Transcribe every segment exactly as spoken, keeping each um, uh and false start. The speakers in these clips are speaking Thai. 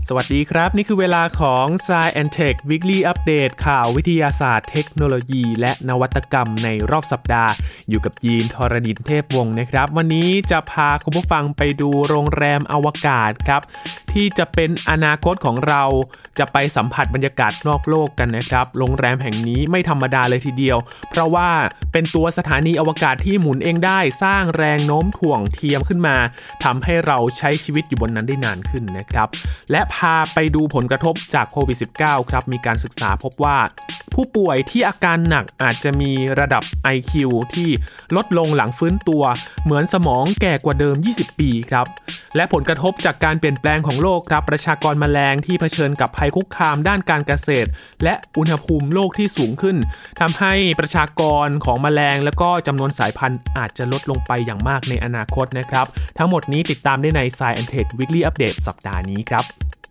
สวัสดีครับนี่คือเวลาของ Science แอนด์ Tech Weekly Update ข่าววิทยาศาสตร์เทคโนโลยีและนวัตกรรมในรอบสัปดาห์อยู่กับยีนทรณินเทพวงศ์นะครับวันนี้จะพาคุณผู้ฟังไปดูโรงแรมอวกาศครับที่จะเป็นอนาคตของเราจะไปสัมผัสบรรยากาศนอกโลกกันนะครับโรงแรมแห่งนี้ไม่ธรรมดาเลยทีเดียวเพราะว่าเป็นตัวสถานีอวกาศที่หมุนเองได้สร้างแรงโน้มถ่วงเทียมขึ้นมาทำให้เราใช้ชีวิตอยู่บนนั้นได้นานขึ้นนะครับและพาไปดูผลกระทบจากโควิด สิบเก้า ครับมีการศึกษาพบว่าผู้ป่วยที่อาการหนักอาจจะมีระดับ ไอ คิว ที่ลดลงหลังฟื้นตัวเหมือนสมองแก่กว่าเดิมยี่สิบปีครับและผลกระทบจากการเปลี่ยนแปลงของโลกครับประชากรแมลงที่เผชิญกับภัยคุกคามด้านการเกษตรและอุณหภูมิโลกที่สูงขึ้นทำให้ประชากรของแมลงและก็จำนวนสายพันธุ์อาจจะลดลงไปอย่างมากในอนาคตนะครับทั้งหมดนี้ติดตามได้ใน Science แอนด์ Tech Weekly Update สัปดาห์นี้ครับ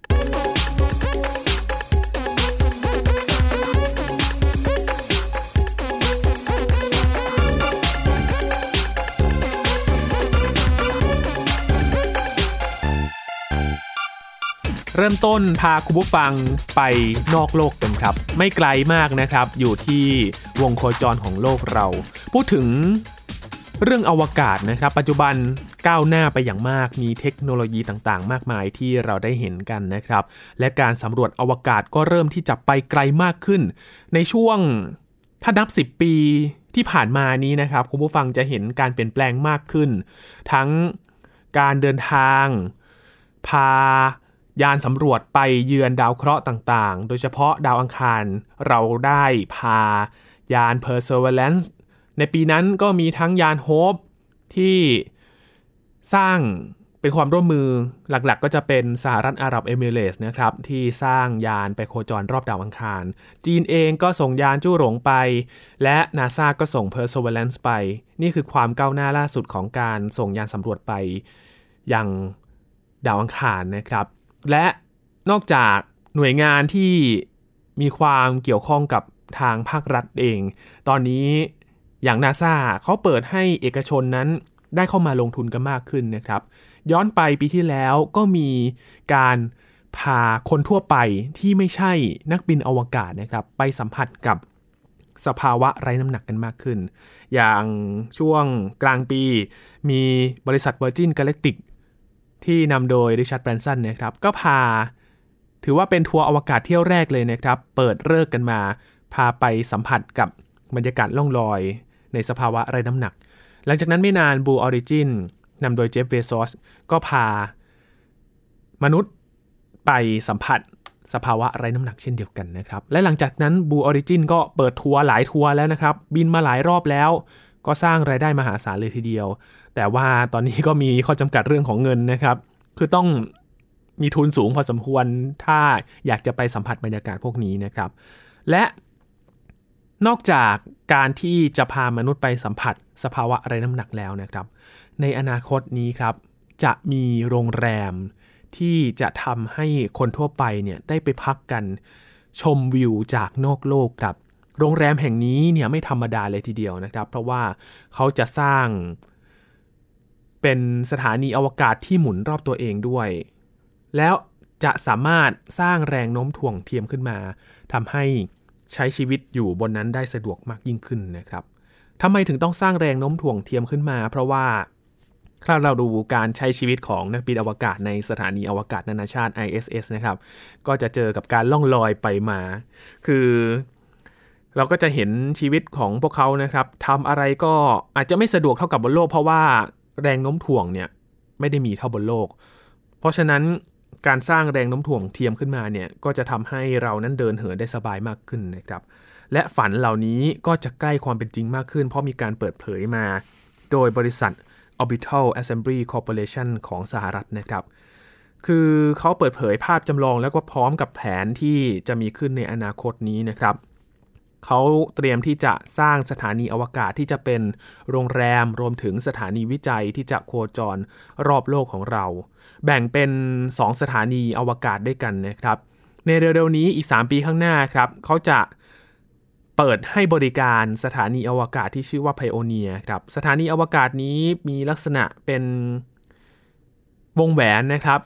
เริ่มต้นพาคุณผู้ฟังไปนอกโลกกันครับไม่ไกลมากนะครับอยู่ที่วงโคจรของโลกเราพูดถึงเรื่องอวกาศนะครับปัจจุบันก้าวหน้าไปอย่างมากมีเทคโนโลยีต่างๆมากมายที่เราได้เห็นกันนะครับและการสำรวจอวกาศก็เริ่มที่จะไปไกลมากขึ้นในช่วงถ้านับสิบปีที่ผ่านมานี้นะครับคุณผู้ฟังจะเห็นการเปลี่ยนแปลงมากขึ้นทั้งการเดินทางพายานสำรวจไปเยือนดาวเคราะห์ต่างๆโดยเฉพาะดาวอังคารเราได้พายาน Perseverance ในปีนั้นก็มีทั้งยาน Hope ที่สร้างเป็นความร่วมมือหลักๆก็จะเป็นสหรัฐอาหรับเอมิเรตส์นะครับที่สร้างยานไปโคจรรอบดาวอังคารจีนเองก็ส่งยานจู้หลงไปและ NASA ก็ส่ง Perseverance ไปนี่คือความก้าวหน้าล่าสุดของการส่งยานสำรวจไปยังดาวอังคารนะครับและนอกจากหน่วยงานที่มีความเกี่ยวข้องกับทางภาครัฐเองตอนนี้อย่าง NASA เขาเปิดให้เอกชนนั้นได้เข้ามาลงทุนกันมากขึ้นนะครับย้อนไปปีที่แล้วก็มีการพาคนทั่วไปที่ไม่ใช่นักบินอวกาศนะครับไปสัมผัสกับสภาวะไร้น้ำหนักกันมากขึ้นอย่างช่วงกลางปีมีบริษัท Virgin Galacticที่นำโดยริชาร์ด แบรนสันนะครับก็พาถือว่าเป็นทัวร์อวกาศเที่ยวแรกเลยนะครับเปิดฤกษ์กันมาพาไปสัมผัสกับบรรยากาศล่องลอยในสภาวะไร้น้ำหนักหลังจากนั้นไม่นาน Blue Origin นำโดยเจฟ เบซอสก็พามนุษย์ไปสัมผัสสภาวะไร้น้ำหนักเช่นเดียวกันนะครับและหลังจากนั้น Blue Origin ก็เปิดทัวร์หลายทัวร์แล้วนะครับบินมาหลายรอบแล้วก็สร้างรายได้มหาศาลเลยทีเดียวแต่ว่าตอนนี้ก็มีข้อจำกัดเรื่องของเงินนะครับคือต้องมีทุนสูงพอสมควรถ้าอยากจะไปสัมผัสบรรยากาศพวกนี้นะครับและนอกจากการที่จะพามนุษย์ไปสัมผัสสภาวะไร้น้ำหนักแล้วนะครับในอนาคตนี้ครับจะมีโรงแรมที่จะทำให้คนทั่วไปเนี่ยได้ไปพักกันชมวิวจากนอกโลกครับโรงแรมแห่งนี้เนี่ยไม่ธรรมดาเลยทีเดียวนะครับเพราะว่าเขาจะสร้างเป็นสถานีอวกาศที่หมุนรอบตัวเองด้วยแล้วจะสามารถสร้างแรงโน้มถ่วงเทียมขึ้นมาทำให้ใช้ชีวิตอยู่บนนั้นได้สะดวกมากยิ่งขึ้นนะครับทำไมถึงต้องสร้างแรงโน้มถ่วงเทียมขึ้นมาเพราะว่าถ้าเราดูการใช้ชีวิตของนักบินอวกาศในสถานีอวกาศนานาชาติ ไอ เอส เอส นะครับก็จะเจอกับการล่องลอยไปมาคือเราก็จะเห็นชีวิตของพวกเขานะครับทำอะไรก็อาจจะไม่สะดวกเท่ากับบนโลกเพราะว่าแรงโน้มถ่วงเนี่ยไม่ได้มีเท่าบนโลกเพราะฉะนั้นการสร้างแรงโน้มถ่วงเทียมขึ้นมาเนี่ยก็จะทำให้เรานั้นเดินเหินได้สบายมากขึ้นนะครับและฝันเหล่านี้ก็จะใกล้ความเป็นจริงมากขึ้นเพราะมีการเปิดเผยมาโดยบริษัท Orbital Assembly Corporation ของสหรัฐนะครับคือเขาเปิดเผยภาพจำลองแล้วก็พร้อมกับแผนที่จะมีขึ้นในอนาคตนี้นะครับเขาเตรียมที่จะสร้างสถานีอวกาศที่จะเป็นโรงแรมรวมถึงสถานีวิจัยที่จะโคจรรอบโลกของเราแบ่งเป็นสองสถานีอวกาศด้วยกันนะครับในเร็วๆนี้อีกสามปีข้างหน้าครับเขาจะเปิดให้บริการสถานีอวกาศที่ชื่อว่า Pioneer ครับสถานีอวกาศนี้มีลักษณะเป็นวงแหวนนะครับ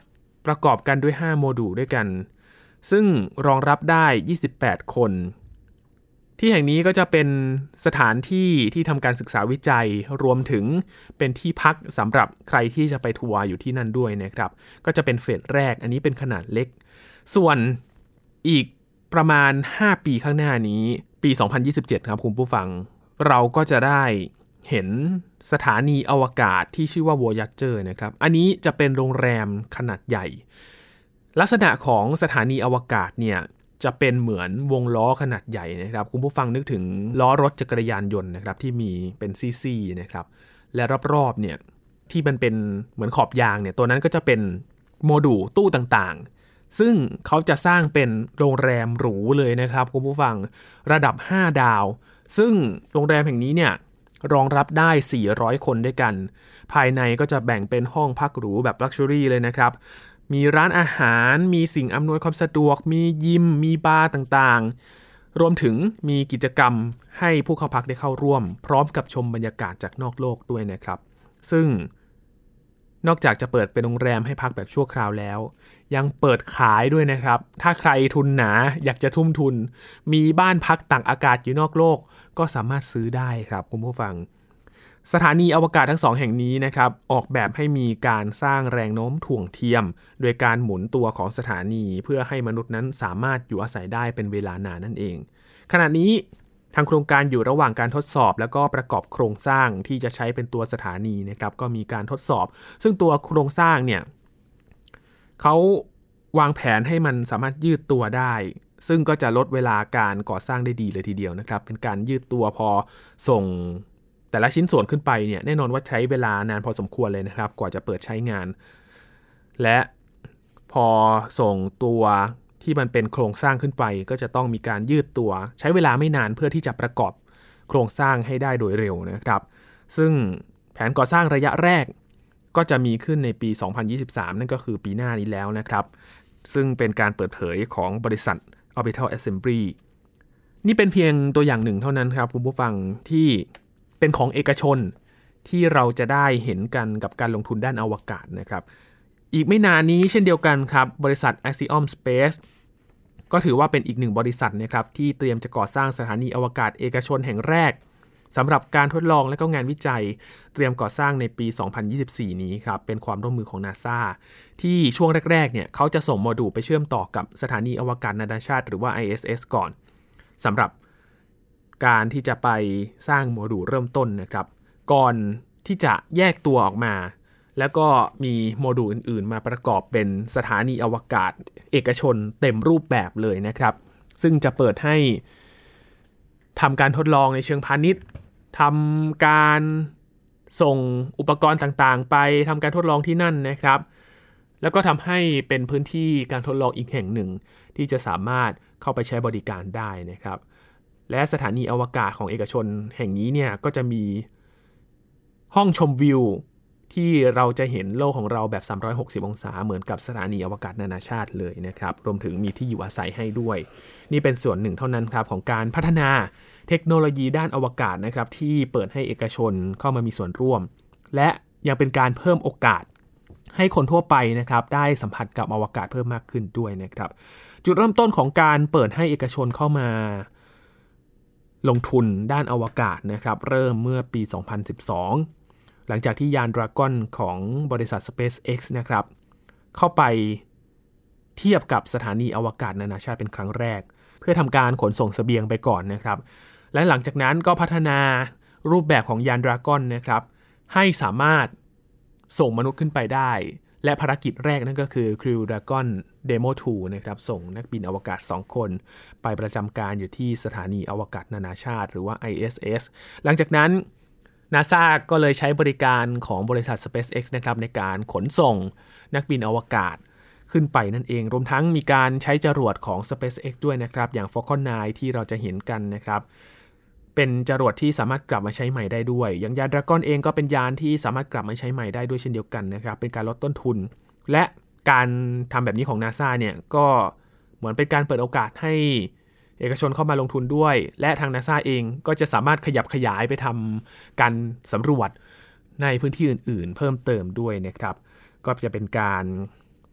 ประกอบกันด้วยห้าโมดูลด้วยกันซึ่งรองรับได้ยี่สิบแปดคนที่แห่งนี้ก็จะเป็นสถานที่ที่ทำการศึกษาวิจัยรวมถึงเป็นที่พักสำหรับใครที่จะไปทัวร์อยู่ที่นั่นด้วยนะครับก็จะเป็นเฟสแรกอันนี้เป็นขนาดเล็กส่วนอีกประมาณห้าปีข้างหน้านี้ปีสองพันยี่สิบเจ็ดครับคุณผู้ฟังเราก็จะได้เห็นสถานีอวกาศที่ชื่อว่า Voyager นะครับอันนี้จะเป็นโรงแรมขนาดใหญ่ลักษณะของสถานีอวกาศเนี่ยจะเป็นเหมือนวงล้อขนาดใหญ่นะครับคุณผู้ฟังนึกถึงล้อรถจักรยานยนต์นะครับที่มีเป็นซี่ๆนะครับและรอบๆเนี่ยที่มันเป็นเหมือนขอบยางเนี่ยตัวนั้นก็จะเป็นโมดูลตู้ต่างๆซึ่งเขาจะสร้างเป็นโรงแรมหรูเลยนะครับคุณผู้ฟังระดับห้าดาวซึ่งโรงแรมแห่งนี้เนี่ยรองรับได้สี่ร้อยคนด้วยกันภายในก็จะแบ่งเป็นห้องพักหรูแบบลักชัวรี่เลยนะครับมีร้านอาหารมีสิ่งอำนวยความสะดวกมียิมมีบาร์ต่างๆรวมถึงมีกิจกรรมให้ผู้เข้าพักได้เข้าร่วมพร้อมกับชมบรรยากาศจากนอกโลกด้วยนะครับซึ่งนอกจากจะเปิดเป็นโรงแรมให้พักแบบชั่วคราวแล้วยังเปิดขายด้วยนะครับถ้าใครทุนหนาอยากจะทุ่มทุนมีบ้านพักต่างอากาศอยู่นอกโลกก็สามารถซื้อได้ครับคุณผู้ฟังสถานีอวกาศทั้งสองแห่งนี้นะครับออกแบบให้มีการสร้างแรงโน้มถ่วงเทียมโดยการหมุนตัวของสถานีเพื่อให้มนุษย์นั้นสามารถอยู่อาศัยได้เป็นเวลานานนั่นเองขณะนี้ทางโครงการอยู่ระหว่างการทดสอบแล้วก็ประกอบโครงสร้างที่จะใช้เป็นตัวสถานีนะครับก็มีการทดสอบซึ่งตัวโครงสร้างเนี่ยเขาวางแผนให้มันสามารถยืดตัวได้ซึ่งก็จะลดเวลาการก่อสร้างได้ดีเลยทีเดียวนะครับเป็นการยืดตัวพอส่งแต่ละชิ้นส่วนขึ้นไปเนี่ยแน่นอนว่าใช้เวลานานพอสมควรเลยนะครับกว่าจะเปิดใช้งานและพอส่งตัวที่มันเป็นโครงสร้างขึ้นไปก็จะต้องมีการยืดตัวใช้เวลาไม่นานเพื่อที่จะประกอบโครงสร้างให้ได้โดยเร็วนะครับซึ่งแผนก่อสร้างระยะแรกก็จะมีขึ้นในปีสองพันยี่สิบสามนั่นก็คือปีหน้านี้แล้วนะครับซึ่งเป็นการเปิดเผยของบริษัท Orbital Assembly นี่เป็นเพียงตัวอย่างหนึ่งเท่านั้นครับคุณผู้ฟังที่เป็นของเอกชนที่เราจะได้เห็นกันกับการลงทุนด้านอวกาศนะครับอีกไม่นานนี้เช่นเดียวกันครับบริษัท Axiom Space ก็ถือว่าเป็นอีกหนึ่งบริษัทนะครับที่เตรียมจะก่อสร้างสถานีอวกาศเอกชนแห่งแรกสำหรับการทดลองและก็งานวิจัยเตรียมก่อสร้างในปีสองพันยี่สิบสี่นี้ครับเป็นความร่วมมือของ NASA ที่ช่วงแรกๆเนี่ยเขาจะส่งโมดูลไปเชื่อมต่อกับสถานีอวกาศนานาชาติหรือว่า ไอ เอส เอส ก่อนสำหรับการที่จะไปสร้างโมดูลเริ่มต้นนะครับก่อนที่จะแยกตัวออกมาแล้วก็มีโมดูลอื่นๆมาประกอบเป็นสถานีอวกาศเอกชนเต็มรูปแบบเลยนะครับซึ่งจะเปิดให้ทำการทดลองในเชิงพาณิชย์ทำการส่งอุปกรณ์ต่างๆไปทำการทดลองที่นั่นนะครับแล้วก็ทำให้เป็นพื้นที่การทดลองอีกแห่งหนึ่งที่จะสามารถเข้าไปใช้บริการได้นะครับและสถานีอวกาศของเอกชนแห่งนี้เนี่ยก็จะมีห้องชมวิวที่เราจะเห็นโลกของเราแบบสามร้อยหกสิบองศาเหมือนกับสถานีอวกาศนานาชาติเลยนะครับรวมถึงมีที่อยู่อาศัยให้ด้วยนี่เป็นส่วนหนึ่งเท่านั้นครับของการพัฒนาเทคโนโลยีด้านอวกาศนะครับที่เปิดให้เอกชนเข้ามามีส่วนร่วมและยังเป็นการเพิ่มโอกาสให้คนทั่วไปนะครับได้สัมผัสกับอวกาศเพิ่มมากขึ้นด้วยนะครับจุดเริ่มต้นของการเปิดให้เอกชนเข้ามาลงทุนด้านอวกาศนะครับเริ่มเมื่อปีสองพันสิบสองหลังจากที่ยาน Dragon ของบริษัท SpaceX นะครับเข้าไปเทียบกับสถานีอวกาศนานาชาติเป็นครั้งแรกเพื่อทำการขนส่งเสบียงไปก่อนนะครับและหลังจากนั้นก็พัฒนารูปแบบของยาน Dragon นะครับให้สามารถส่งมนุษย์ขึ้นไปได้และภารกิจแรกนั่นก็คือ Crew Dragon Demo ทู นะครับส่งนักบินอวกาศสองคนไปประจำการอยู่ที่สถานีอวกาศนานาชาติหรือว่า ไอ เอส เอส หลังจากนั้น NASA ก็เลยใช้บริการของบริษัท SpaceX นะครับในการขนส่งนักบินอวกาศขึ้นไปนั่นเองรวมทั้งมีการใช้จรวดของ SpaceX ด้วยนะครับอย่าง Falcon ไนน์ ที่เราจะเห็นกันนะครับเป็นจรวดที่สามารถกลับมาใช้ใหม่ได้ด้วยอย่างยาน Dragon เองก็เป็นยานที่สามารถกลับมาใช้ใหม่ได้ด้วยเช่นเดียวกันนะครับเป็นการลดต้นทุนและการทำแบบนี้ของ NASA เนี่ยก็เหมือนเป็นการเปิดโอกาสให้เอกชนเข้ามาลงทุนด้วยและทาง NASA เองก็จะสามารถขยับขยายไปทำการสำรวจในพื้นที่อื่นๆเพิ่มเติมด้วยนะครับก็จะเป็นการ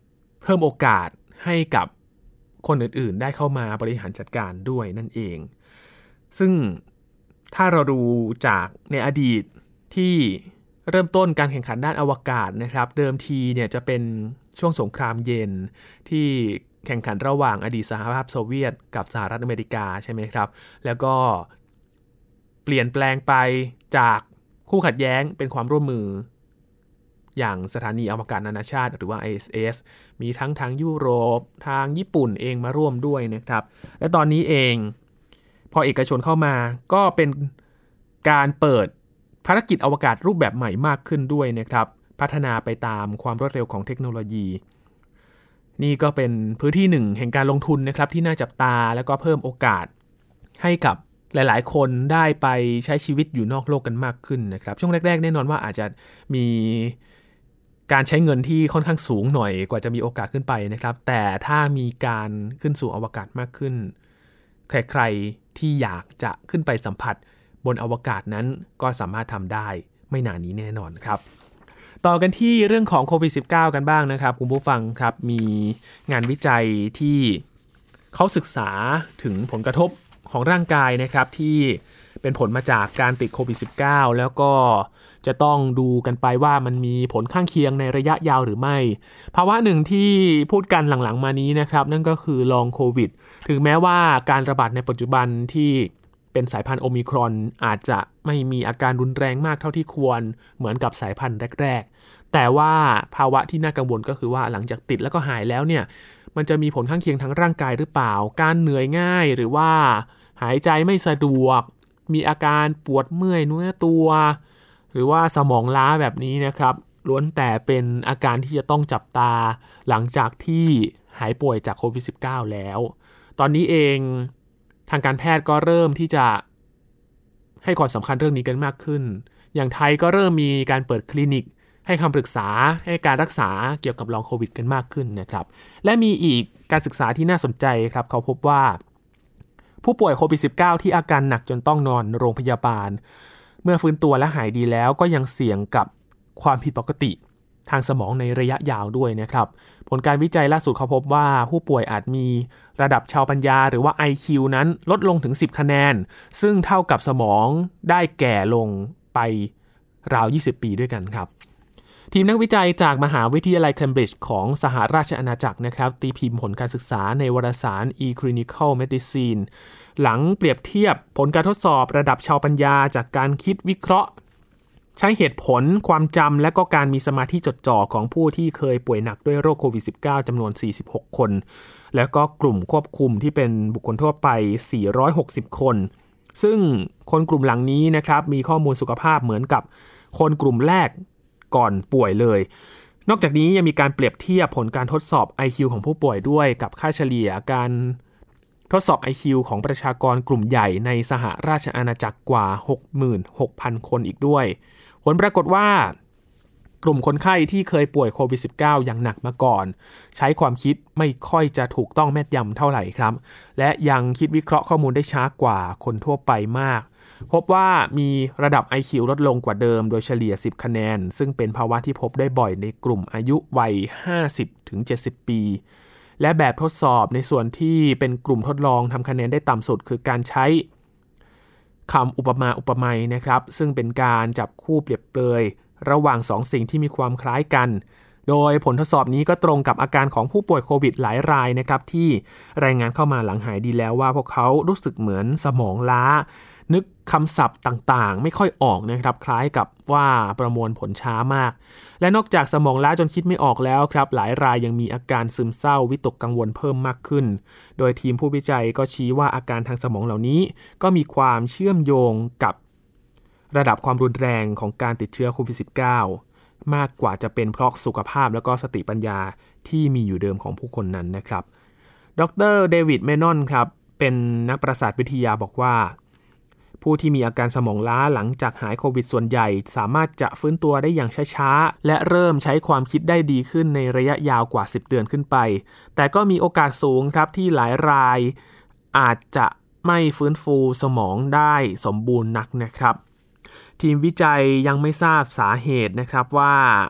เพิ่มโอกาสให้กับคนอื่นๆได้เข้ามาบริหารจัดการด้วยนั่นเองซึ่งถ้าเราดูจากในอดีตที่เริ่มต้นการแข่งขันด้านอวกาศนะครับเดิมทีเนี่ยจะเป็นช่วงสงครามเย็นที่แข่งขันระหว่างอดีตสหภาพโซเวียตกับสหรัฐอเมริกาใช่ไหมครับแล้วก็เปลี่ยนแปลงไปจากคู่ขัดแย้งเป็นความร่วมมืออย่างสถานีอวกาศนานาชาติหรือว่า ไอ เอส เอส มีทั้งทางยุโรปทางญี่ปุ่นเองมาร่วมด้วยนะครับและตอนนี้เองพอเอกชนเข้ามาก็เป็นการเปิดภารกิจอวกาศรูปแบบใหม่มากขึ้นด้วยนะครับพัฒนาไปตามความรวดเร็วของเทคโนโลยีนี่ก็เป็นพื้นที่หนึ่งแห่งการลงทุนนะครับที่น่าจับตาแล้วก็เพิ่มโอกาสให้กับหลายๆคนได้ไปใช้ชีวิตอยู่นอกโลกกันมากขึ้นนะครับช่วงแรกๆแน่นอนว่าอาจจะมีการใช้เงินที่ค่อนข้างสูงหน่อยกว่าจะมีโอกาสขึ้นไปนะครับแต่ถ้ามีการขึ้นสู่อวกาศมากขึ้นใครๆที่อยากจะขึ้นไปสัมผัสบนอวกาศนั้นก็สามารถทำได้ไม่นานนี้แน่นอนครับต่อกันที่เรื่องของโควิด สิบเก้า กันบ้างนะครับคุณผู้ฟังครับมีงานวิจัยที่เขาศึกษาถึงผลกระทบของร่างกายนะครับที่เป็นผลมาจากการติดโควิด สิบเก้า แล้วก็จะต้องดูกันไปว่ามันมีผลข้างเคียงในระยะยาวหรือไม่ภาวะหนึ่งที่พูดกันหลังๆมานี้นะครับนั่นก็คือลองโควิดถึงแม้ว่าการระบาดในปัจจุบันที่เป็นสายพันธุ์โอมิครอนอาจจะไม่มีอาการรุนแรงมากเท่าที่ควรเหมือนกับสายพันธุ์แรกๆแต่ว่าภาวะที่น่ากังวลก็คือว่าหลังจากติดแล้วก็หายแล้วเนี่ยมันจะมีผลข้างเคียงทั้งร่างกายหรือเปล่าการเหนื่อยง่ายหรือว่าหายใจไม่สะดวกมีอาการปวดเมื่อยเนื้อตัวหรือว่าสมองล้าแบบนี้นะครับล้วนแต่เป็นอาการที่จะต้องจับตาหลังจากที่หายป่วยจากโควิด สิบเก้า แล้วตอนนี้เองทางการแพทย์ก็เริ่มที่จะให้ความสำคัญเรื่องนี้กันมากขึ้นอย่างไทยก็เริ่มมีการเปิดคลินิกให้คำปรึกษาให้การรักษาเกี่ยวกับลองโควิดกันมากขึ้นนะครับและมีอีกการศึกษาที่น่าสนใจครับเขาพบว่าผู้ป่วยโควิด สิบเก้า ที่อาการหนักจนต้องนอนโรงพยาบาลเมื่อฟื้นตัวและหายดีแล้วก็ยังเสี่ยงกับความผิดปกติทางสมองในระยะยาวด้วยนะครับผลการวิจัยล่าสุดเขาพบว่าผู้ป่วยอาจมีระดับชาวปัญญาหรือว่า ไอ คิว นั้นลดลงถึงสิบคะแนนซึ่งเท่ากับสมองได้แก่ลงไปราวยี่สิบปีด้วยกันครับทีมนักวิจัยจากมหาวิทยาลัยเคมบริดจ์ของสหราชอาณาจักรนะครับตีพิมพ์ผลการศึกษาในวารสาร eClinical Medicine หลังเปรียบเทียบผลการทดสอบระดับชาวปัญญาจากการคิดวิเคราะห์ใช้เหตุผลความจำและก็การมีสมาธิจดจ่อของผู้ที่เคยป่วยหนักด้วยโรคโควิด สิบเก้า จำนวนสี่สิบหกคนแล้วก็กลุ่มควบคุมที่เป็นบุคคลทั่วไปสี่ร้อยหกสิบคนซึ่งคนกลุ่มหลังนี้นะครับมีข้อมูลสุขภาพเหมือนกับคนกลุ่มแรกก่อนป่วยเลยนอกจากนี้ยังมีการเปรียบเทียบผลการทดสอบ ไอ คิว ของผู้ป่วยด้วยกับค่าเฉลี่ยการทดสอบ ไอ คิว ของประชากรกลุ่มใหญ่ในสหราชอาณาจักรกว่า หกหมื่นหกพัน คนอีกด้วยผลปรากฏว่ากลุ่มคนไข้ที่เคยป่วยโควิด สิบเก้า อย่างหนักมาก่อนใช้ความคิดไม่ค่อยจะถูกต้องแม่นยำเท่าไหร่ครับและยังคิดวิเคราะห์ข้อมูลได้ช้ากว่าคนทั่วไปมากพบว่ามีระดับ ไอ คิว ลดลงกว่าเดิมโดยเฉลี่ยสิบคะแนนซึ่งเป็นภาวะที่พบได้บ่อยในกลุ่มอายุวัย ห้าสิบถึงเจ็ดสิบ ปีและแบบทดสอบในส่วนที่เป็นกลุ่มทดลองทำคะแนนได้ต่ำสุดคือการใช้คำอุปมาอุปไมยนะครับซึ่งเป็นการจับคู่เปรียบเปรยระหว่างสองสิ่งที่มีความคล้ายกันโดยผลทดสอบนี้ก็ตรงกับอาการของผู้ป่วยโควิดหลายรายนะครับที่รายงานเข้ามาหลังหายดีแล้วว่าพวกเขารู้สึกเหมือนสมองล้านึกคำศัพท์ต่างๆไม่ค่อยออกนะครับคล้ายกับว่าประมวลผลช้ามากและนอกจากสมองล้าจนคิดไม่ออกแล้วครับหลายรายยังมีอาการซึมเศร้าวิตกกังวลเพิ่มมากขึ้นโดยทีมผู้วิจัยก็ชี้ว่าอาการทางสมองเหล่านี้ก็มีความเชื่อมโยงกับระดับความรุนแรงของการติดเชื้อโควิด สิบเก้า มากกว่าจะเป็นเพราะสุขภาพและก็สติปัญญาที่มีอยู่เดิมของผู้คนนั้นนะครับดร.เดวิดเมนอนครับเป็นนักประสาทวิทยาบอกว่าผู้ที่มีอาการสมองล้าหลังจากหายโควิดส่วนใหญ่สามารถจะฟื้นตัวได้อย่างช้าๆและเริ่มใช้ความคิดได้ดีขึ้นในระยะยาวกว่าสิบเดือนขึ้นไปแต่ก็มีโอกาสสูงครับที่หลายรายอาจจะไม่ฟื้นฟูสมองได้สมบูรณ์นักนะครับทีมวิจัยยังไม่ทราบสาเหตุนะครับว่า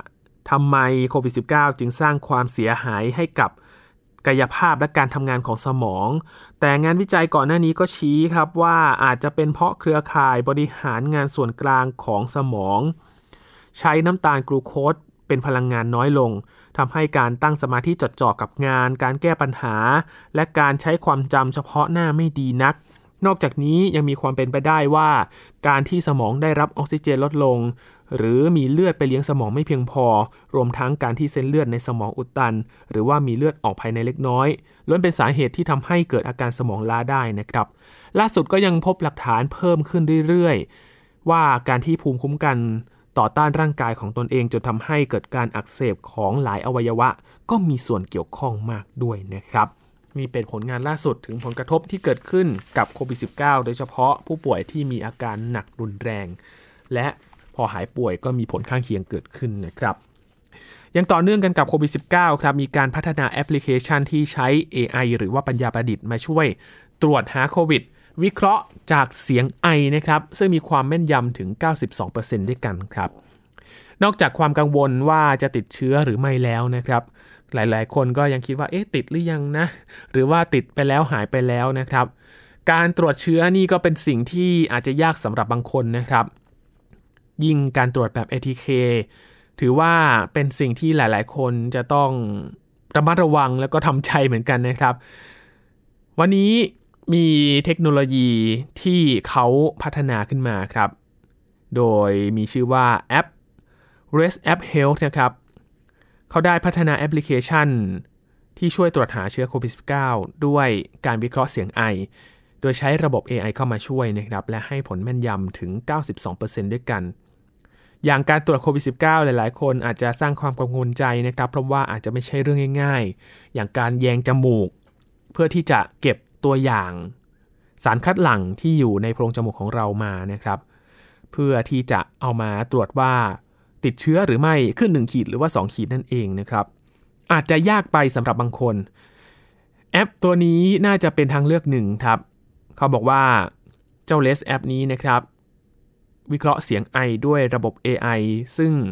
ทำไมโควิด สิบเก้า จึงสร้างความเสียหายให้กับกายภาพและการทำงานของสมองแต่งานวิจัยก่อนหน้านี้ก็ชี้ครับว่าอาจจะเป็นเพราะเครือข่ายบริหารงานส่วนกลางของสมองใช้น้ำตาลกลูโคสเป็นพลังงานน้อยลงทำให้การตั้งสมาธิจดจ่อกับงานการแก้ปัญหาและการใช้ความจำเฉพาะหน้าไม่ดีนักนอกจากนี้ยังมีความเป็นไปได้ว่าการที่สมองได้รับออกซิเจนลดลงหรือมีเลือดไปเลี้ยงสมองไม่เพียงพอรวมทั้งการที่เส้นเลือดในสมองอุดตันหรือว่ามีเลือดออกภายในเล็กน้อยล้วนเป็นสาเหตุที่ทำให้เกิดอาการสมองล้าได้นะครับล่าสุดก็ยังพบหลักฐานเพิ่มขึ้นเรื่อยๆว่าการที่ภูมิคุ้มกันต่อต้านร่างกายของตนเองจนทำให้เกิดการอักเสบของหลายอวัยวะก็มีส่วนเกี่ยวข้องมากด้วยนะครับนี่เป็นผลงานล่าสุดถึงผลกระทบที่เกิดขึ้นกับโควิด สิบเก้า โดยเฉพาะผู้ป่วยที่มีอาการหนักรุนแรงและพอหายป่วยก็มีผลข้างเคียงเกิดขึ้นนะครับยังต่อเนื่องกันกับโควิด สิบเก้า ครับมีการพัฒนาแอปพลิเคชันที่ใช้ เอ ไอ หรือว่าปัญญาประดิษฐ์มาช่วยตรวจหาโควิดวิเคราะห์จากเสียงไอนะครับซึ่งมีความแม่นยำถึง เก้าสิบสองเปอร์เซ็นต์ ด้วยกันครับนอกจากความกังวลว่าจะติดเชื้อหรือไม่แล้วนะครับหลายๆคนก็ยังคิดว่าเอ๊ะติดหรือยังนะหรือว่าติดไปแล้วหายไปแล้วนะครับการตรวจเชื้อนี่ก็เป็นสิ่งที่อาจจะยากสำหรับบางคนนะครับยิ่งการตรวจแบบ เอ ที เค ถือว่าเป็นสิ่งที่หลายๆคนจะต้องระมัดระวังแล้วก็ทำใจเหมือนกันนะครับวันนี้มีเทคโนโลยีที่เขาพัฒนาขึ้นมาครับโดยมีชื่อว่าแอป Rest App Health นะครับเขาได้พัฒนาแอปพลิเคชันที่ช่วยตรวจหาเชื้อโควิด สิบเก้า ด้วยการวิเคราะห์เสียงไอโดยใช้ระบบ เอ ไอ เข้ามาช่วยนะครับและให้ผลแม่นยำถึง เก้าสิบสองเปอร์เซ็นต์ ด้วยกันอย่างการตรวจโควิด สิบเก้า หลายๆคนอาจจะสร้างความกังวลใจนะครับเพราะว่าอาจจะไม่ใช่เรื่องง่ายๆอย่างการแยงจมูกเพื่อที่จะเก็บตัวอย่างสารคัดหลั่งที่อยู่ในโพรงจมูกของเรามานะครับเพื่อที่จะเอามาตรวจว่าติดเชื้อหรือไม่ขึ้นหนึ่งขีดหรือว่าสองขีดนั่นเองนะครับอาจจะยากไปสำหรับบางคนแอปตัวนี้น่าจะเป็นทางเลือกหนึ่งครับเขาบอกว่าเจ้า Rest App นี้นะครับวิเคราะห์เสียงไอด้วยระบบ เอ ไอ ซึ่ง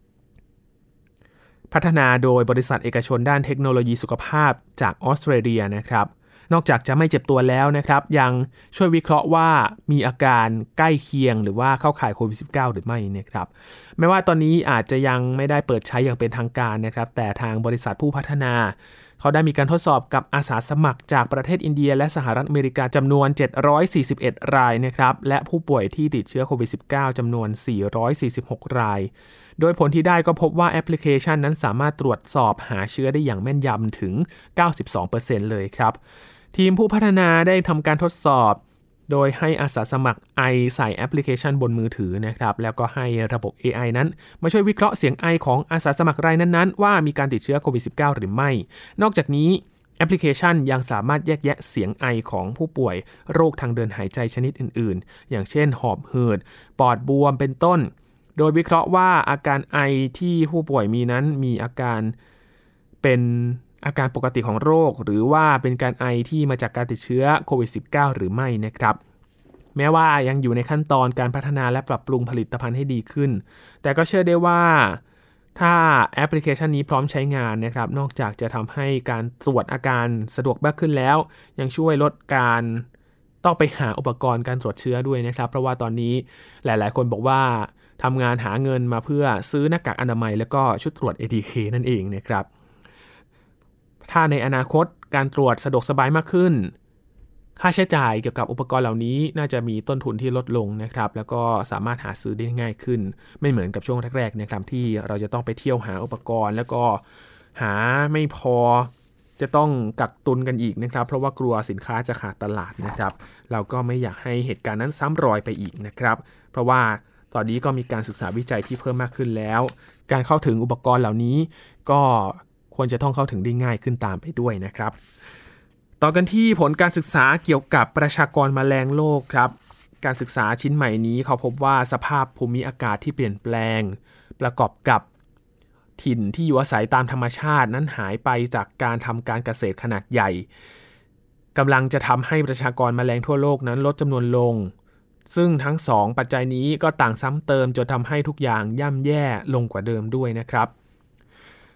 พัฒนาโดยบริษัทเอกชนด้านเทคโนโลยีสุขภาพจากออสเตรเลียนะครับนอกจากจะไม่เจ็บตัวแล้วนะครับยังช่วยวิเคราะห์ว่ามีอาการใกล้เคียงหรือว่าเข้าข่ายโควิด สิบเก้า หรือไม่นะครับแม้ว่าตอนนี้อาจจะยังไม่ได้เปิดใช้อย่างเป็นทางการนะครับแต่ทางบริษัทผู้พัฒนาเขาได้มีการทดสอบกับอาสาสมัครจากประเทศอินเดียและสหรัฐอเมริกาจำนวนเจ็ดร้อยสี่สิบเอ็ดรายนะครับและผู้ป่วยที่ติดเชื้อโควิด สิบเก้า จำนวนสี่ร้อยสี่สิบหกรายโดยผลที่ได้ก็พบว่าแอปพลิเคชันนั้นสามารถตรวจสอบหาเชื้อได้อย่างแม่นยำถึง เก้าสิบสองเปอร์เซ็นต์ เลยครับทีมผู้พัฒนาได้ทำการทดสอบโดยให้อาสาสมัครไอใส่แอปพลิเคชันบนมือถือนะครับแล้วก็ให้ระบบ เอ ไอ นั้นมาช่วยวิเคราะห์เสียงไอของอาสาสมัครรายนั้นๆว่ามีการติดเชื้อโควิด สิบเก้า หรือไม่นอกจากนี้แอปพลิเคชันยังสามารถแยกแยะเสียงไอของผู้ป่วยโรคทางเดินหายใจชนิดอื่นๆอย่างเช่นหอบหืดปอดบวมเป็นต้นโดยวิเคราะห์ว่าอาการไอที่ผู้ป่วยมีนั้นมีอาการเป็นอาการปกติของโรคหรือว่าเป็นการไอที่มาจากการติดเชื้อโควิด สิบเก้า หรือไม่นะครับแม้ว่ายังอยู่ในขั้นตอนการพัฒนาและปรับปรุงผลิตภัณฑ์ให้ดีขึ้นแต่ก็เชื่อได้ว่าถ้าแอปพลิเคชันนี้พร้อมใช้งานนะครับนอกจากจะทำให้การตรวจอาการสะดวกมากขึ้นแล้วยังช่วยลดการต้องไปหาอุปกรณ์การตรวจเชื้อด้วยนะครับเพราะว่าตอนนี้หลายๆคนบอกว่าทำงานหาเงินมาเพื่อซื้อหน้ากากอนามัยแล้วก็ชุดตรวจ เอ ที เค นั่นเองนะครับถ้าในอนาคตการตรวจสะดวกสบายมากขึ้นค่าใช้จ่ายเกี่ยวกับอุปกรณ์เหล่านี้น่าจะมีต้นทุนที่ลดลงนะครับแล้วก็สามารถหาซื้อได้ง่ายขึ้นไม่เหมือนกับช่วงแรกๆนะครับที่เราจะต้องไปเที่ยวหาอุปกรณ์แล้วก็หาไม่พอจะต้องกักตุนกันอีกนะครับเพราะว่ากลัวสินค้าจะขาดตลาดนะครับเราก็ไม่อยากให้เหตุการณ์นั้นซ้ำรอยไปอีกนะครับเพราะว่าตอนนี้ก็มีการศึกษาวิจัยที่เพิ่มมากขึ้นแล้วการเข้าถึงอุปกรณ์เหล่านี้ก็ควรจะต้องเข้าถึงได้ง่ายขึ้นตามไปด้วยนะครับต่อกันที่ผลการศึกษาเกี่ยวกับประชากรแมลงโลกครับการศึกษาชิ้นใหม่นี้เขาพบว่าสภาพภูมิอากาศที่เปลี่ยนแปลงประกอบกับถิ่นที่อยู่อาศัยตามธรรมชาตินั้นหายไปจากการทำการเกษตรขนาดใหญ่กำลังจะทำให้ประชากรแมลงทั่วโลกนั้นลดจำนวนลงซึ่งทั้งสองปัจจัยนี้ก็ต่างซ้ำเติมจนทำให้ทุกอย่างย่ำแย่ลงกว่าเดิมด้วยนะครับ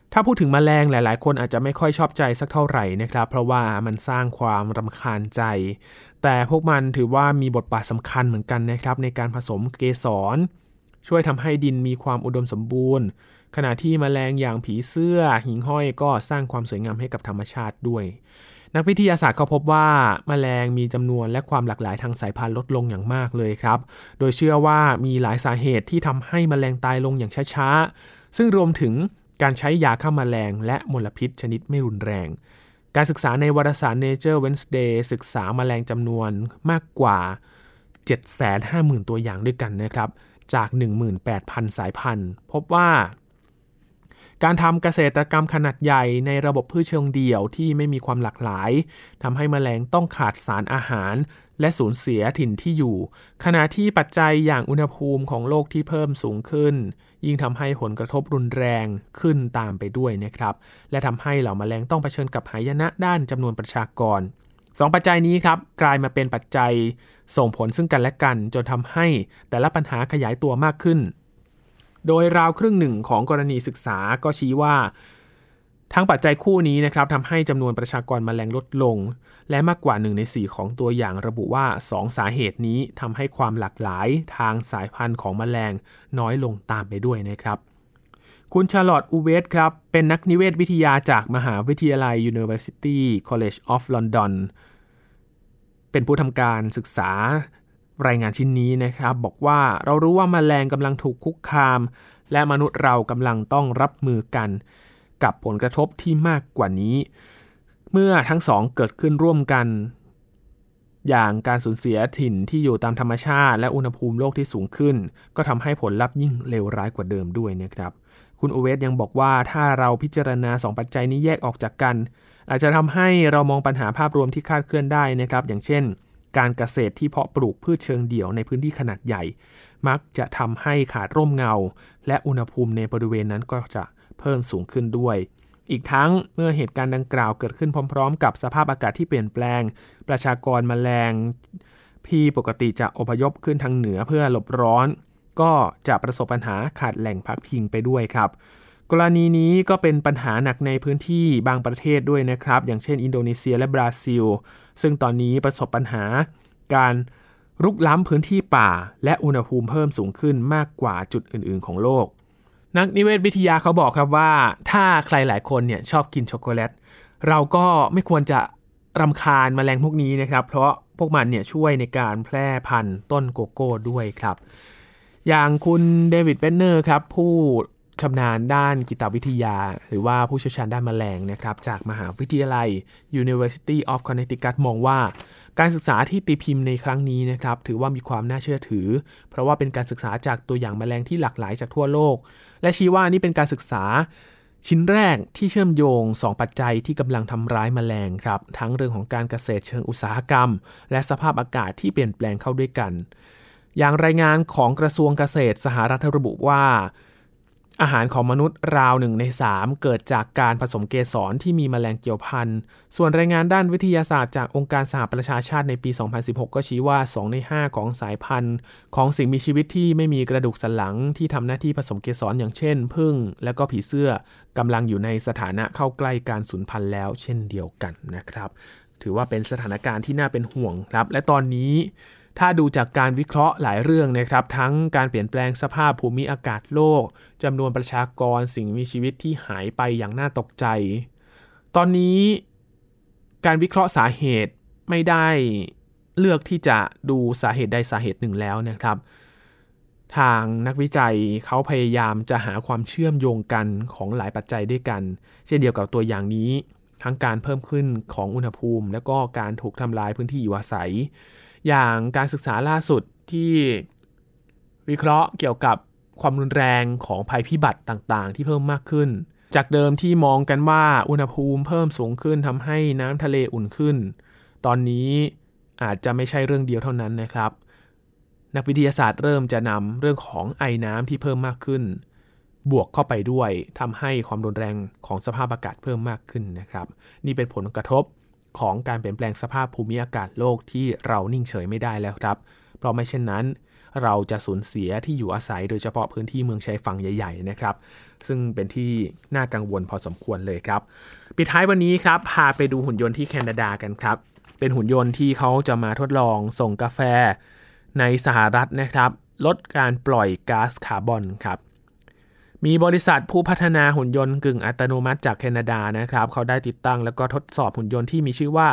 ถ้าพูดถึงแมลงหลายๆคนอาจจะไม่ค่อยชอบใจสักเท่าไหร่นะครับเพราะว่ามันสร้างความรำคาญใจแต่พวกมันถือว่ามีบทบาทสำคัญเหมือนกันนะครับในการผสมเกสรช่วยทำให้ดินมีความอุดมสมบูรณ์ขณะที่แมลงอย่างผีเสื้อหิ่งห้อยก็สร้างความสวยงามให้กับธรรมชาติด้วยนักวิทยาศาสตร์เขาพบว่าแมลงมีจำนวนและความหลากหลายทางสายพันธุ์ลดลงอย่างมากเลยครับโดยเชื่อว่ามีหลายสาเหตุที่ทำให้แมลงตายลงอย่างช้าๆซึ่งรวมถึงการใช้ยาฆ่าแมลงและมลพิษชนิดไม่รุนแรงการศึกษาในวารสาร Nature Wednesday ศึกษาแมลงจำนวนมากกว่า เจ็ดแสนห้าหมื่น ตัวอย่างด้วยกันนะครับจาก หนึ่งหมื่นแปดพัน สายพันธุ์พบว่าการทำเกษตรกรรมขนาดใหญ่ในระบบพืชเชิงเดี่ยวที่ไม่มีความหลากหลายทำให้แมลงต้องขาดสารอาหารและสูญเสียถิ่นที่อยู่ขณะที่ปัจจัยอย่างอุณหภูมิของโลกที่เพิ่มสูงขึ้นยิ่งทำให้ผลกระทบรุนแรงขึ้นตามไปด้วยนะครับและทำให้เหล่าแมลงต้องเผชิญกับหายนะด้านจำนวนประชากรสองปัจจัยนี้ครับกลายมาเป็นปัจจัยส่งผลซึ่งกันและกันจนทำให้แต่ละปัญหาขยายตัวมากขึ้นโดยราวครึ่งหนึ่งของกรณีศึกษาก็ชี้ว่าทั้งปัจจัยคู่นี้นะครับทำให้จำนวนประชากรแมลงลดลงและมากกว่าหนึ่งในสี่ของตัวอย่างระบุว่าสองสาเหตุนี้ทำให้ความหลากหลายทางสายพันธุ์ของแมลงน้อยลงตามไปด้วยนะครับคุณชาร์ลอตต์ อูเวตครับเป็นนักนิเวศวิทยาจากมหาวิทยาลัย University College of London เป็นผู้ทำการศึกษารายงานชิ้นนี้นะครับบอกว่าเรารู้ว่าแมลงกำลังถูกคุกคามและมนุษย์เรากำลังต้องรับมือกันกับผลกระทบที่มากกว่านี้เมื่อทั้งสองเกิดขึ้นร่วมกันอย่างการสูญเสียถิ่นที่อยู่ตามธรรมชาติและอุณหภูมิโลกที่สูงขึ้นก็ทำให้ผลลัพธ์ยิ่งเลวร้ายกว่าเดิมด้วยนะครับคุณโอเวสยังบอกว่าถ้าเราพิจารณาสองปัจจัยนี้แยกออกจากกันอาจจะทำให้เรามองปัญหาภาพรวมที่คลาดเคลื่อนได้นะครับอย่างเช่นการเกษตรที่เพาะปลูกพืชเชิงเดี่ยวในพื้นที่ขนาดใหญ่มักจะทำให้ขาดร่มเงาและอุณหภูมิในบริเวณนั้นก็จะเพิ่มสูงขึ้นด้วยอีกทั้งเมื่อเหตุการณ์ดังกล่าวเกิดขึ้นพร้อมๆกับสภาพอากาศที่เปลี่ยนแปลงประชากรแมลงที่ปกติจะอพยพขึ้นทางเหนือเพื่อหลบร้อนก็จะประสบปัญหาขาดแหล่งพักพิงไปด้วยครับกรณีนี้ก็เป็นปัญหาหนักในพื้นที่บางประเทศด้วยนะครับอย่างเช่นอินโดนีเซียและบราซิลซึ่งตอนนี้ประสบปัญหาการรุกล้ำพื้นที่ป่าและอุณหภูมิเพิ่มสูงขึ้นมากกว่าจุดอื่นๆของโลกนักนิเวศวิทยาเขาบอกครับว่าถ้าใครหลายคนเนี่ยชอบกินช็อกโกแลตเราก็ไม่ควรจะรำคาญแมลงพวกนี้นะครับเพราะพวกมันเนี่ยช่วยในการแพร่พันธุ์ต้นโกโก้ด้วยครับอย่างคุณเดวิดเบนเนอร์ครับผู้ชำนาญด้านกีตวิทยาหรือว่าผู้เชี่ยวชาญด้านแมลงนะครับจากมหาวิทยาลัย University of Connecticut มองว่าการศึกษาที่ตีพิมพ์ในครั้งนี้นะครับถือว่ามีความน่าเชื่อถือเพราะว่าเป็นการศึกษาจากตัวอย่างแมลงที่หลากหลายจากทั่วโลกและชี้ว่านี่เป็นการศึกษาชิ้นแรกที่เชื่อมโยงสองปัจจัยที่กำลังทำร้ายแมลงครับทั้งเรื่องของการเกษตรเชิงอุตสาหกรรมและสภาพอากาศที่เปลี่ยนแปลงเข้าด้วยกันอย่างรายงานของกระทรวงเกษตรสหรัฐระบุว่าอาหารของมนุษย์ราวหนึ่งในสามเกิดจากการผสมเกสรที่มีแมลงเกี่ยวพันส่วนรายงานด้านวิทยาศาสตร์จากองค์การสหประชาชาติในปีสองพันสิบหกก็ชี้ว่าสองในห้าของสายพันธุ์ของสิ่งมีชีวิตที่ไม่มีกระดูกสันหลังที่ทำหน้าที่ผสมเกสรอย่างเช่นผึ้งและก็ผีเสื้อกำลังอยู่ในสถานะเข้าใกล้การสูญพันธุ์แล้วเช่นเดียวกันนะครับถือว่าเป็นสถานการณ์ที่น่าเป็นห่วงครับและตอนนี้ถ้าดูจากการวิเคราะห์หลายเรื่องนะครับทั้งการเปลี่ยนแปลงสภาพภูมิอากาศโลกจำนวนประชากรสิ่งมีชีวิตที่หายไปอย่างน่าตกใจตอนนี้การวิเคราะห์สาเหตุไม่ได้เลือกที่จะดูสาเหตุใดสาเหตุหนึ่งแล้วนะครับทางนักวิจัยเขาพยายามจะหาความเชื่อมโยงกันของหลายปัจจัยด้วยกันเช่นเดียวกับตัวอย่างนี้ทั้งการเพิ่มขึ้นของอุณหภูมิและก็การถูกทำลายพื้นที่อยู่อาศัยอย่างการศึกษาล่าสุดที่วิเคราะห์เกี่ยวกับความรุนแรงของภัยพิบัติต่างๆที่เพิ่มมากขึ้นจากเดิมที่มองกันว่าอุณหภูมิเพิ่มสูงขึ้นทำให้น้ำทะเลอุ่นขึ้นตอนนี้อาจจะไม่ใช่เรื่องเดียวเท่านั้นนะครับนักวิทยาศาสตร์เริ่มจะนำเรื่องของไอน้ำที่เพิ่มมากขึ้นบวกเข้าไปด้วยทำให้ความรุนแรงของสภาพอากาศเพิ่มมากขึ้นนะครับนี่เป็นผลกระทบของการเปลี่ยนแปลงสภาพภูมิอากาศโลกที่เรานิ่งเฉยไม่ได้แล้วครับเพราะไม่เช่นนั้นเราจะสูญเสียที่อยู่อาศัยโดยเฉพาะพื้นที่เมืองชายฝั่งใหญ่ๆนะครับซึ่งเป็นที่น่ากังวลพอสมควรเลยครับปิดท้ายวันนี้ครับพาไปดูหุ่นยนต์ที่แคนาดากันครับเป็นหุ่นยนต์ที่เขาจะมาทดลองส่งกาแฟในสหรัฐนะครับลดการปล่อยก๊าซคาร์บอนครับมีบริษัทผู้พัฒนาหุ่นยนต์กึ่งอัตโนมัติจากแคนาดานะครับเขาได้ติดตั้งแล้วก็ทดสอบหุ่นยนต์ที่มีชื่อว่า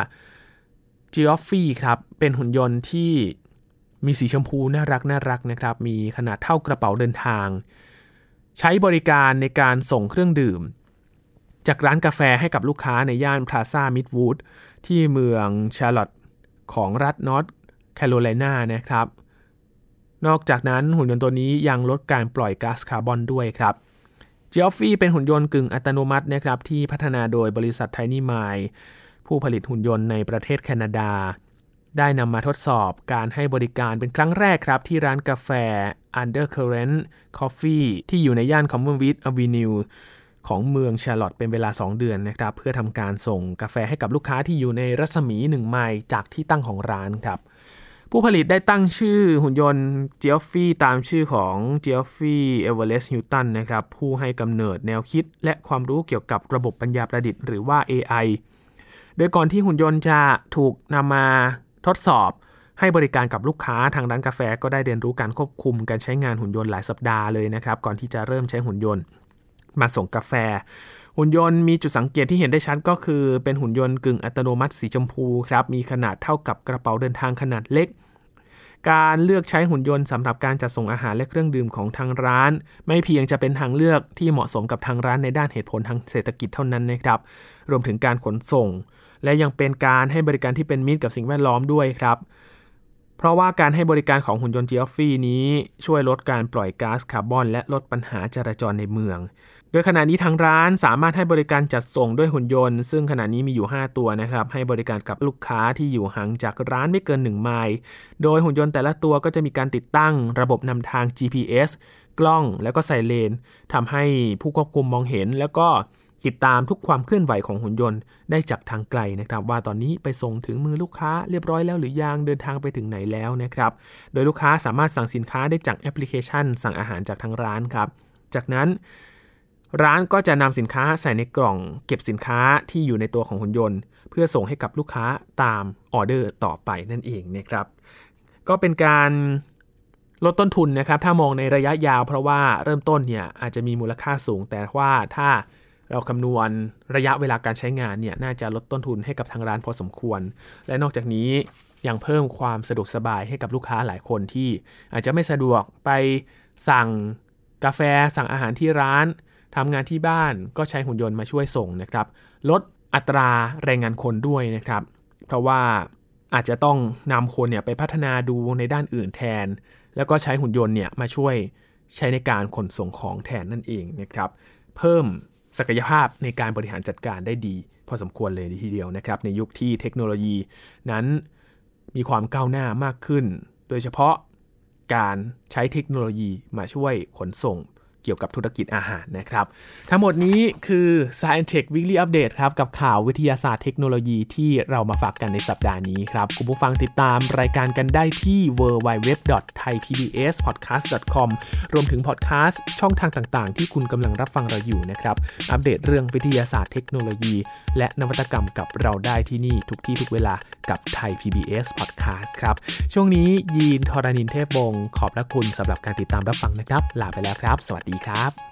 Geoffrey ครับเป็นหุ่นยนต์ที่มีสีชมพูน่ารักน่ารักนะครับมีขนาดเท่ากระเป๋าเดินทางใช้บริการในการส่งเครื่องดื่มจากร้านกาแฟให้กับลูกค้าในย่านพลาซ่ามิดวูดที่เมืองชาร์ลอตต์ของรัฐนอร์ทแคโรไลนานะครับนอกจากนั้นหุ่นยนต์ตัวนี้ยังลดการปล่อยก๊าซคาร์บอนด้วยครับ Geoffrey เป็นหุ่นยนต์กึ่งอัตโนมัตินะครับที่พัฒนาโดยบริษัท Tiny Mind ผู้ผลิตหุ่นยนต์ในประเทศแคนาดาได้นำมาทดสอบการให้บริการเป็นครั้งแรกครับที่ร้านกาแฟ Undercurrent Coffee ที่อยู่ในย่าน Commonwealth Avenue ของเมืองชาร์ลอตต์เป็นเวลาสองเดือนนะครับเพื่อทำการส่งกาแฟให้กับลูกค้าที่อยู่ในรัศมีหนึ่งไมล์จากที่ตั้งของร้านครับผู้ผลิตได้ตั้งชื่อหุ่นยนต์ Geoffrey ตามชื่อของ Geoffrey Everest Hinton นะครับผู้ให้กำเนิดแนวคิดและความรู้เกี่ยวกับระบบปัญญาประดิษฐ์หรือว่า เอ ไอ โดยก่อนที่หุ่นยนต์จะถูกนำมาทดสอบให้บริการกับลูกค้าทางร้านกาแฟก็ได้เรียนรู้การควบคุมการใช้งานหุ่นยนต์หลายสัปดาห์เลยนะครับก่อนที่จะเริ่มใช้หุ่นยนต์มาส่งกาแฟหุ่นยนต์มีจุดสังเกตที่เห็นได้ชัดก็คือเป็นหุ่นยนต์กึ่งอัตโนมัติสีชมพูครับมีขนาดเท่ากับกระเป๋าเดินทางขนาดเล็กการเลือกใช้หุ่นยนต์สำหรับการจัดส่งอาหารและเครื่องดื่มของทางร้านไม่เพียงจะเป็นทางเลือกที่เหมาะสมกับทางร้านในด้านเหตุผลทางเศรษฐกิจเท่านั้นนะครับรวมถึงการขนส่งและยังเป็นการให้บริการที่เป็นมิตรกับสิ่งแวดล้อมด้วยครับเพราะว่าการให้บริการของหุ่นยนต์ Geoffrey นี้ช่วยลดการปล่อยก๊าซคาร์บอนและลดปัญหาจราจรในเมืองโดยขณะนี้ทางร้านสามารถให้บริการจัดส่งด้วยหุ่นยนต์ซึ่งขณะนี้มีอยู่ห้าตัวนะครับให้บริการกับลูกค้าที่อยู่ห่างจากร้านไม่เกินหนึ่งไมล์โดยหุ่นยนต์แต่ละตัวก็จะมีการติดตั้งระบบนำทาง จี พี เอส กล้องแล้วก็ไซเรนทำให้ผู้ควบคุมมองเห็นแล้วก็ติดตามทุกความเคลื่อนไหวของหุ่นยนต์ได้จากทางไกลนะครับว่าตอนนี้ไปส่งถึงมือลูกค้าเรียบร้อยแล้วหรือยังเดินทางไปถึงไหนแล้วนะครับโดยลูกค้าสามารถสั่งสินค้าได้จากแอปพลิเคชันสั่งอาหารจากทางร้านครับจากนั้นร้านก็จะนำสินค้าใส่ในกล่องเก็บสินค้าที่อยู่ในตัวของหุ่นยนต์เพื่อส่งให้กับลูกค้าตามออเดอร์ต่อไปนั่นเองนะครับก็เป็นการลดต้นทุนนะครับถ้ามองในระยะยาวเพราะว่าเริ่มต้นเนี่ยอาจจะมีมูลค่าสูงแต่ว่าถ้าเราคำนวณระยะเวลาการใช้งานเนี่ยน่าจะลดต้นทุนให้กับทางร้านพอสมควรและนอกจากนี้ยังเพิ่มความสะดวกสบายให้กับลูกค้าหลายคนที่อาจจะไม่สะดวกไปสั่งกาแฟสั่งอาหารที่ร้านทำงานที่บ้านก็ใช้หุ่นยนต์มาช่วยส่งนะครับลดอัตราแรงงานคนด้วยนะครับเพราะว่าอาจจะต้องนำคนเนี่ยไปพัฒนาดูในด้านอื่นแทนแล้วก็ใช้หุ่นยนต์เนี่ยมาช่วยใช้ในการขนส่งของแทนนั่นเองนะครับเพิ่มศักยภาพในการบริหารจัดการได้ดีพอสมควรเลยทีเดียวนะครับในยุคที่เทคโนโลยีนั้นมีความก้าวหน้ามากขึ้นโดยเฉพาะการใช้เทคโนโลยีมาช่วยขนส่งเกี่ยวกับธุรกิจอาหารนะครับทั้งหมดนี้คือ Science Tech Weekly Update ครับกับข่าววิทยาศาสตร์เทคโนโลยีที่เรามาฝากกันในสัปดาห์นี้ครับคุณผู้ฟังติดตามรายการกันได้ที่ ดับเบิลยู ดับเบิลยู ดับเบิลยู ดอท ไทย พี บี เอส พอดแคสต์ ดอท คอม รวมถึงพอดแคสต์ช่องทางต่างๆที่คุณกำลังรับฟังเราอยู่นะครับอัปเดตเรื่องวิทยาศาสตร์เทคโนโลยีและนวัตกรรมกับเราได้ที่นี่ทุกที่ทุกเวลากับ Thai พี บี เอส Podcast ครับช่วงนี้ยีนทรณินเทพวงศ์ขอบพระคุณสำหรับการติดตามรับฟังนะครับลาไปแล้วครับสวัสดีครับ